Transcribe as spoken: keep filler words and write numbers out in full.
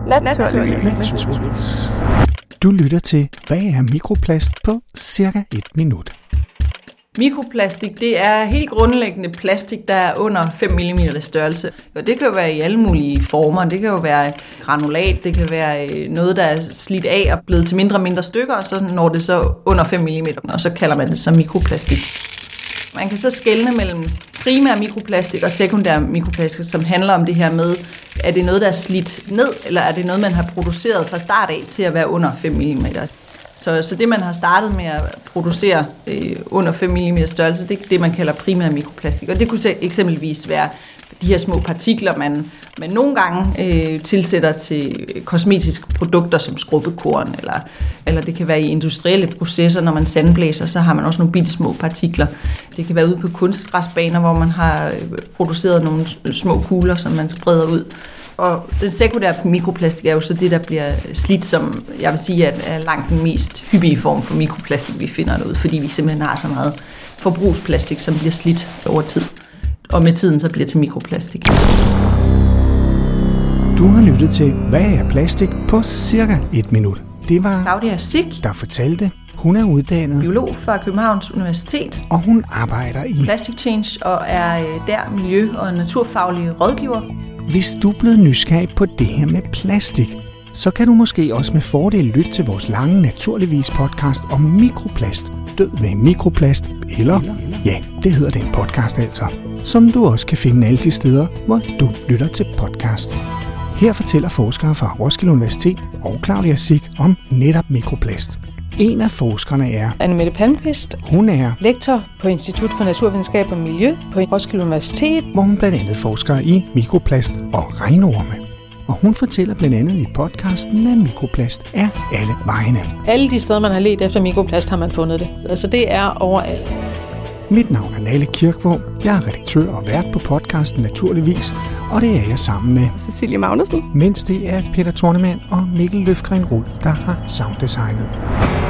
Naturligvis. Du lytter til, hvad er mikroplast på cirka et minut. Mikroplastik, det er helt grundlæggende plastik, der er under fem millimeter størrelse. Og det kan jo være i alle mulige former. Det kan jo være granulat, det kan være noget, der er slidt af og blevet til mindre og mindre stykker, og så når det så under fem millimeter, og så kalder man det så mikroplastik. Man kan så skelne mellem primær mikroplastik og sekundær mikroplastik, som handler om det her med, er det noget, der er slidt ned, eller er det noget, man har produceret fra start af til at være under fem millimeter. Så, så det, man har startet med at producere øh, under fem millimeter størrelse, det er det, man kalder primær mikroplastik. Og det kunne eksempelvis være de her små partikler, man, man nogle gange øh, tilsætter til kosmetiske produkter som skrubbekorn, eller, eller det kan være i industrielle processer, når man sandblæser, så har man også nogle bitte små partikler. Det kan være ude på kunstgræsbaner, hvor man har produceret nogle små kugler, som man spreder ud. Og den sekundære mikroplastik er jo så det, der bliver slidt, som jeg vil sige er langt den mest hyppige form for mikroplastik, vi finder derude, fordi vi simpelthen har så meget forbrugsplastik, som bliver slidt over tid. Og med tiden så bliver det til mikroplastik. Du har lyttet til, hvad er plastik på cirka et minut. Det var Claudia Sick, der fortalte. Hun er uddannet biolog fra Københavns Universitet, og hun arbejder i Plastic Change og er der miljø- og naturfaglig rådgiver. Hvis du er blevet nysgerrig på det her med plastik, så kan du måske også med fordel lytte til vores lange Naturligvis podcast om mikroplast. Død ved mikroplast, eller, ja, det hedder den podcast altså, som du også kan finde alle de steder, hvor du lytter til podcast. Her fortæller forskere fra Roskilde Universitet og Claudia Sick om netop mikroplast. En af forskerne er Anne-Mette Palmqvist. Hun er lektor på Institut for Naturvidenskab og Miljø på Roskilde Universitet, hvor hun blandt andet forsker i mikroplast og regnorme. Og hun fortæller blandt andet i podcasten, at mikroplast er alle vejene. Alle de steder, man har ledt efter mikroplast, har man fundet det. Altså det er overalt. Mit navn er Nalle Kirkvåg. Jeg er redaktør og vært på podcasten Naturligvis, og det er jeg sammen med Cecilie Magnussen. Mens det er Peter Thornemann og Mikkel Løfgren Rud, der har sounddesignet.